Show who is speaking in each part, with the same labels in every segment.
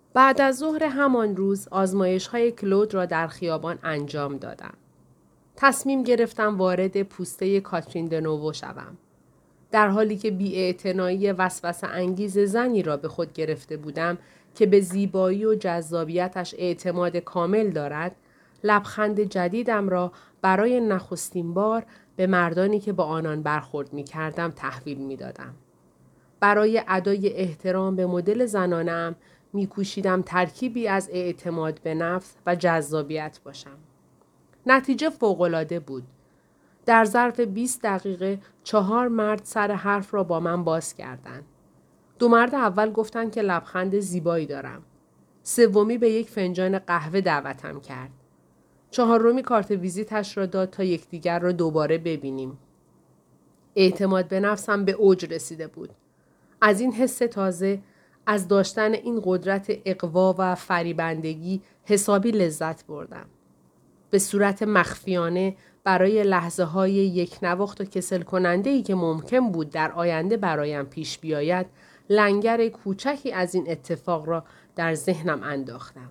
Speaker 1: بعد از ظهر همان روز آزمایش‌های کلود را در خیابان انجام دادم. تصمیم گرفتم وارد پوسته کاترین دنوو شوم. در حالی که بی‌اعتنایی وسوسه انگیز زنی را به خود گرفته بودم که به زیبایی و جذابیتش اعتماد کامل دارد، لبخند جدیدم را برای نخستین بار به مردانی که با آنان برخورد می کردم تحویل می دادم. برای ادای احترام به مدل زنانم می کوشیدم ترکیبی از اعتماد به نفس و جذابیت باشم. نتیجه فوق‌العاده بود. در ظرف 20 دقیقه 4 مرد سر حرف را با من باز کردند. 2 مرد اول گفتند که لبخند زیبایی دارم. سومی به یک فنجان قهوه دعوتم کرد. چهارمی کارت ویزیتش را داد تا یکدیگر را دوباره ببینیم. اعتماد به نفسم به اوج رسیده بود. از این حس تازه، از داشتن این قدرت اقوا و فریبندگی حسابی لذت بردم. به صورت مخفیانه برای لحظه های یک نواخت و کسل کننده ای که ممکن بود در آینده برایم پیش بیاید، لنگر کوچکی از این اتفاق را در ذهنم انداختم.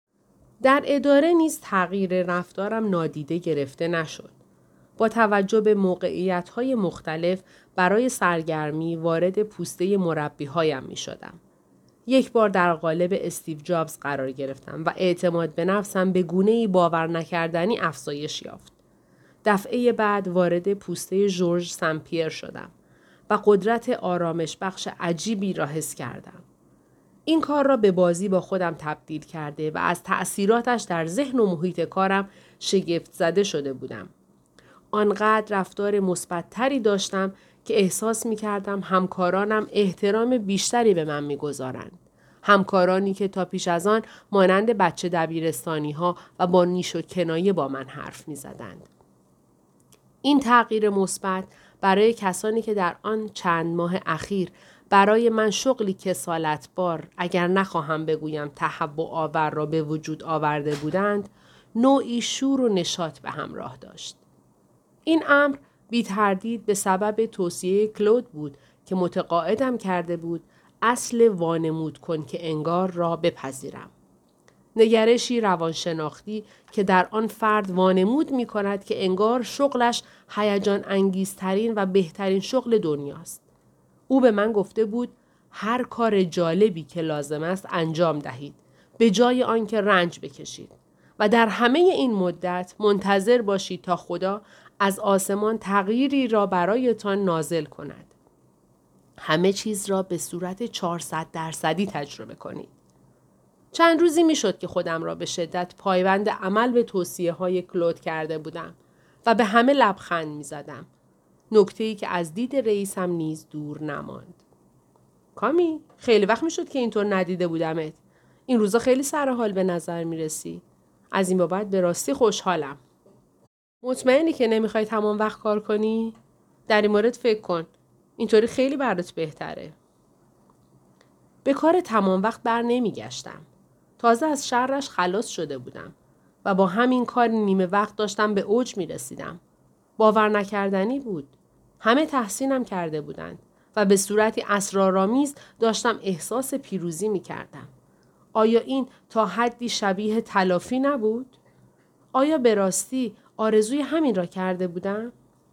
Speaker 1: در اداره نیز تغییر رفتارم نادیده گرفته نشد. با توجه به موقعیت‌های مختلف برای سرگرمی وارد پوسته مربی‌هایم می‌شدم. یک بار در قالب استیو جابز قرار گرفتم و اعتماد به نفسم به گونه‌ای باور نکردنی افزایش یافت. دفعه بعد وارد پوسته ژورژ سن-پیر شدم و قدرت آرامش بخش عجیبی را حس کردم. این کار را به بازی با خودم تبدیل کرده و از تأثیراتش در ذهن و محیط کارم شگفت زده شده بودم. آنقدر رفتار مثبت‌تری داشتم که احساس می‌کردم همکارانم احترام بیشتری به من می‌گذارند. همکارانی که تا پیش از آن مانند بچه دبیرستانی‌ها و با نیش و کنایه با من حرف می‌زدند. این تغییر مثبت برای کسانی که در آن چند ماه اخیر برای من شغلی کسالتبار، اگر نخواهم بگویم تهوع آور را به وجود آورده بودند، نوعی شور و نشاط به همراه داشت. این امر بی تردید به سبب توصیه کلود بود که متقاعدم کرده بود اصل وانمود کن که انگار را بپذیرم. نگرشی روانشناختی که در آن فرد وانمود می کند که انگار شغلش هیجان انگیزترین و بهترین شغل دنیاست. او به من گفته بود هر کار جالبی که لازم است انجام دهید به جای آنکه رنج بکشید و در همه این مدت منتظر باشید تا خدا از آسمان تغییری را برایتان نازل کند. همه چیز را به صورت 400% تجربه کنید. چند روزی می شد که خودم را به شدت پایبند عمل به توصیه های کلود کرده بودم و به همه لبخند می زدم. نکته‌ای که از دید رئیسم نیز دور نماند. کامی، خیلی وقت می شد که اینطور ندیده بودمت. این روزا خیلی سرحال به نظر می رسی. از این بابت به راستی خوشحالم. مطمئنی که نمیخوای تمام وقت کار کنی؟ در این مورد فکر کن. اینطوری خیلی برات بهتره. به کار تمام وقت بر نمیگشتم. تازه از شرش خلاص شده بودم و با همین کار نیمه وقت داشتم به اوج می رسیدم. باور نکردنی بود. همه تحسینم کرده بودند و به صورتی اسرارآمیز داشتم احساس پیروزی می کردم. آیا این تا حدی شبیه تلافی نبود؟ آیا به راستی آرزوی همین را کرده بودم؟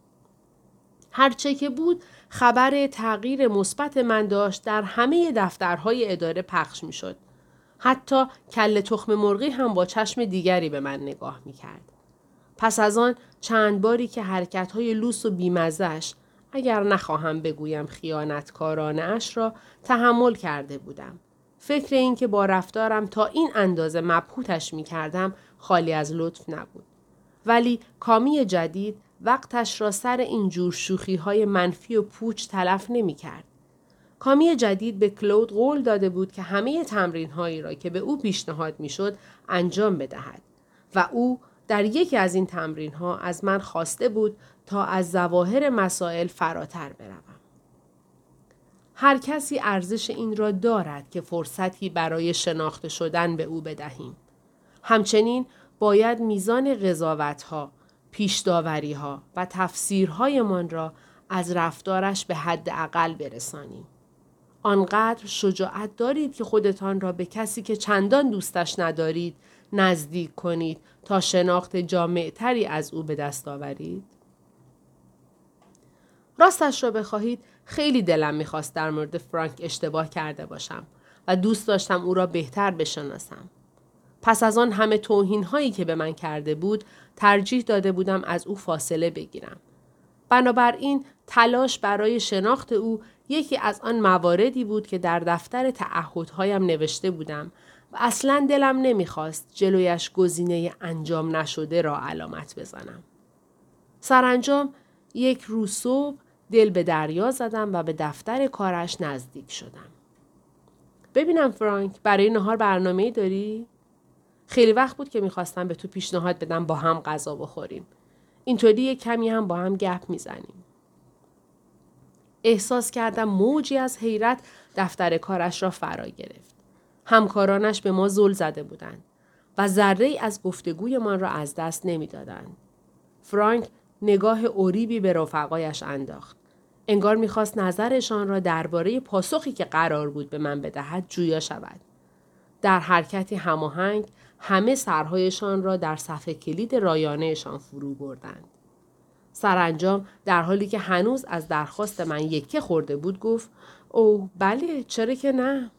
Speaker 1: هرچه که بود خبر تغییر مثبت من داشت در همه دفترهای اداره پخش می شد. حتی کله تخم مرغی هم با چشم دیگری به من نگاه می کرد. پس از آن چند باری که حرکت‌های لوس و بیمزش، اگر نخواهم بگویم خیانتکارانه اش را تحمل کرده بودم. فکر این که با رفتارم تا این اندازه مبهوتش می کردم خالی از لطف نبود. ولی کامی جدید وقتش را سر این جور شوخی‌های منفی و پوچ تلف نمی کرد. کامی جدید به کلود قول داده بود که همه تمرین‌هایی را که به او پیشنهاد می‌شد انجام بدهد و او در یکی از این تمرین‌ها از من خواسته بود تا از ظواهر مسائل فراتر بروم. هر کسی ارزش این را دارد که فرصتی برای شناخته شدن به او بدهیم. همچنین باید میزان قضاوت‌ها، پیش‌داوری‌ها و تفسیرهایمان را از رفتارش به حد اقل برسانیم. آنقدر شجاعت دارید که خودتان را به کسی که چندان دوستش ندارید نزدیک کنید تا شناخت جامع‌تری از او به دست آورید؟ راستش را بخواهید خیلی دلم می‌خواست در مورد فرانک اشتباه کرده باشم و دوست داشتم او را بهتر بشناسم. پس از آن همه توهین‌هایی که به من کرده بود، ترجیح داده بودم از او فاصله بگیرم. بنابراین تلاش برای شناخت او یکی از آن مواردی بود که در دفتر تعهدهایم نوشته بودم و اصلاً دلم نمی‌خواست جلویش گزینه انجام نشده را علامت بزنم. سرانجام یک روز صبح دل به دریا زدم و به دفتر کارش نزدیک شدم. ببینم فرانک، برای نهار برنامه‌ای داری؟ خیلی وقت بود که میخواستم به تو پیشنهاد بدم با هم غذا بخوریم. اینطوری یک کمی هم با هم گپ میزنیم. احساس کردم موجی از حیرت دفتر کارش را فرا گرفت. همکارانش به ما زل زده بودند و ذره‌ای از گفتگویمان را از دست نمیدادند. فرانک نگاه عریبی به رفقایش انداخت. انگار میخواست نظرشان را درباره پاسخی که قرار بود به من بدهد جویا شود. در حرکتی هماهنگ همه سرهایشان را در صفحه کلید رایانه‌شان فرو بردند. سرانجام در حالی که هنوز از درخواست من یکه خورده بود گفت: اوه بله، چرا که نه؟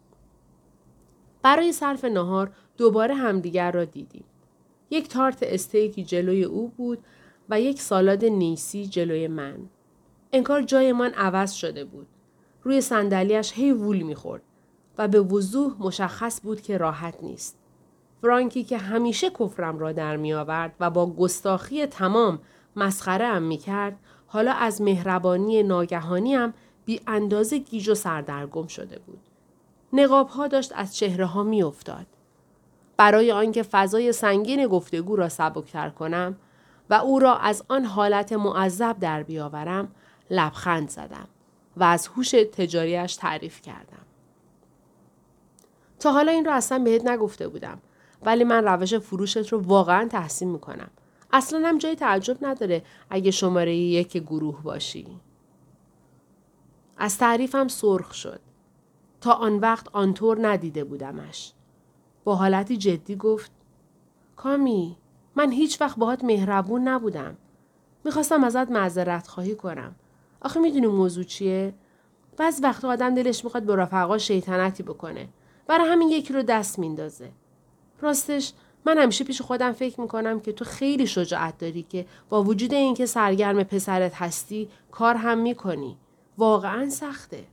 Speaker 1: برای صرف نهار دوباره همدیگر را دیدیم. یک تارت استیکی جلوی او بود و یک سالاد نیسی جلوی من. انگار جایمان عوض شده بود. روی صندلی‌اش هی وول می‌خورد و به وضوح مشخص بود که راحت نیست. فرانکی که همیشه کفرم را در می‌آورد و با گستاخی تمام مسخره‌ام می‌کرد، حالا از مهربانی ناگهانیم بی اندازه گیج و سردرگم شده بود. نقاب‌ها داشت از چهره‌ها می‌افتاد. برای آنکه فضای سنگین گفتگو را سبک‌تر کنم و او را از آن حالت معذب در بیاورم، لبخند زدم و از هوش تجاریش تعریف کردم. تا حالا این را اصلا بهت نگفته بودم، ولی من روش فروشت رو واقعا تحسین میکنم. اصلا هم جای تعجب نداره اگه شماره 1 گروه باشی. از تعریفم سرخ شد. تا آن وقت آنطور ندیده بودمش. با حالتی جدی گفت: کامی، من هیچ وقت باهات مهربون نبودم. میخواستم ازت معذرت خواهی کنم. آخه میدونی موضوع چیه؟ بعضی وقتا آدم دلش میخواد به رفقا شیطنتی بکنه. برای همین یکی رو دست میندازه. راستش من همیشه پیش خودم فکر میکنم که تو خیلی شجاعت داری که با وجود اینکه سرگرم پسرت هستی کار هم میکنی. واقعا سخته.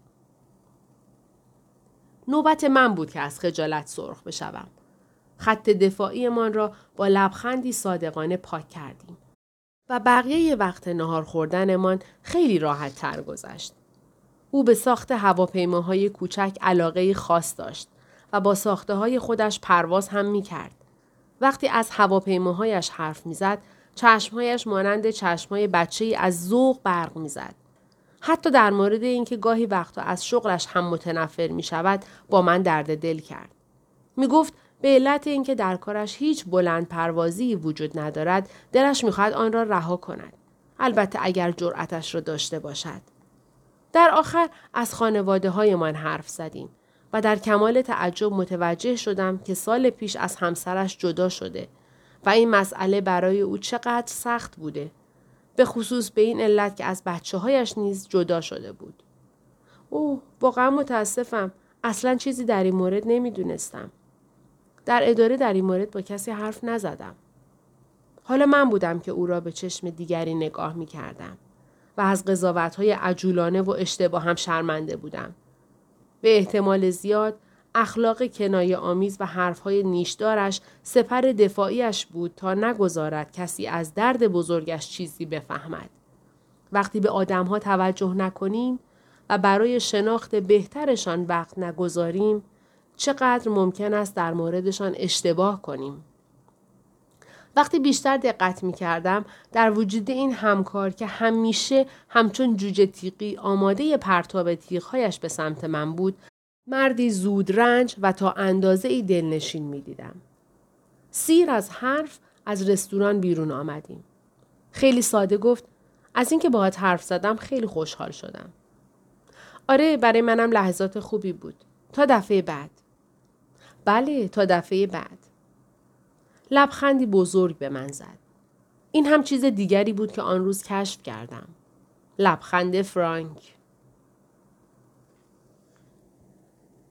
Speaker 1: نوبت من بود که از خجالت سرخ بشوم. خط دفاعیمان را با لبخندی صادقانه پاک کردیم و بقیه وقت نهار خوردنمان خیلی راحت تر گذشت. او به ساخت هواپیماهای کوچک علاقه خاص داشت و با ساخته‌های خودش پرواز هم می‌کرد. وقتی از هواپیماهایش حرف می‌زد، چشمهایش مانند چشمهای بچه‌ای از ذوق برق می‌زد. حتی در مورد اینکه گاهی وقتا از شغلش هم متنفر می‌شود، با من درد دل کرد. می‌گفت به علت اینکه در کارش هیچ بلند پروازی وجود ندارد، دلش می‌خواهد آن را رها کند. البته اگر جرأتش را داشته باشد. در آخر از خانواده‌هایمان حرف زدیم و در کمال تعجب متوجه شدم که سال پیش از همسرش جدا شده و این مسئله برای او چقدر سخت بوده. به خصوص به این علت که از بچه‌هایش نیز جدا شده بود. اوه، واقعا متاسفم. اصلا چیزی در این مورد نمیدونستم. در اداره در این مورد با کسی حرف نزدم. حالا من بودم که او را به چشم دیگری نگاه می کردم و از قضاوت‌های عجولانه و اشتباه هم شرمنده بودم. به احتمال زیاد اخلاق کنایه آمیز و حرف‌های نیشدارش سپر دفاعیش بود تا نگذارد کسی از درد بزرگش چیزی بفهمد. وقتی به آدم‌ها توجه نکنیم و برای شناخت بهترشان وقت نگذاریم، چقدر ممکن است در موردشان اشتباه کنیم. وقتی بیشتر دقت می کردم در وجود این همکار که همیشه همچون جوجه تیغی آماده پرتاب تیغهایش به سمت من بود، مردی زود رنج و تا اندازه‌ای دلنشین می دیدم. سیر از حرف از رستوران بیرون آمدیم. خیلی ساده گفت: از اینکه باهات حرف زدم خیلی خوشحال شدم. آره، برای منم لحظات خوبی بود. تا دفعه بعد. بله، تا دفعه بعد. لبخندی بزرگ به من زد. این هم چیز دیگری بود که آن روز کشف کردم. لبخند فرانک.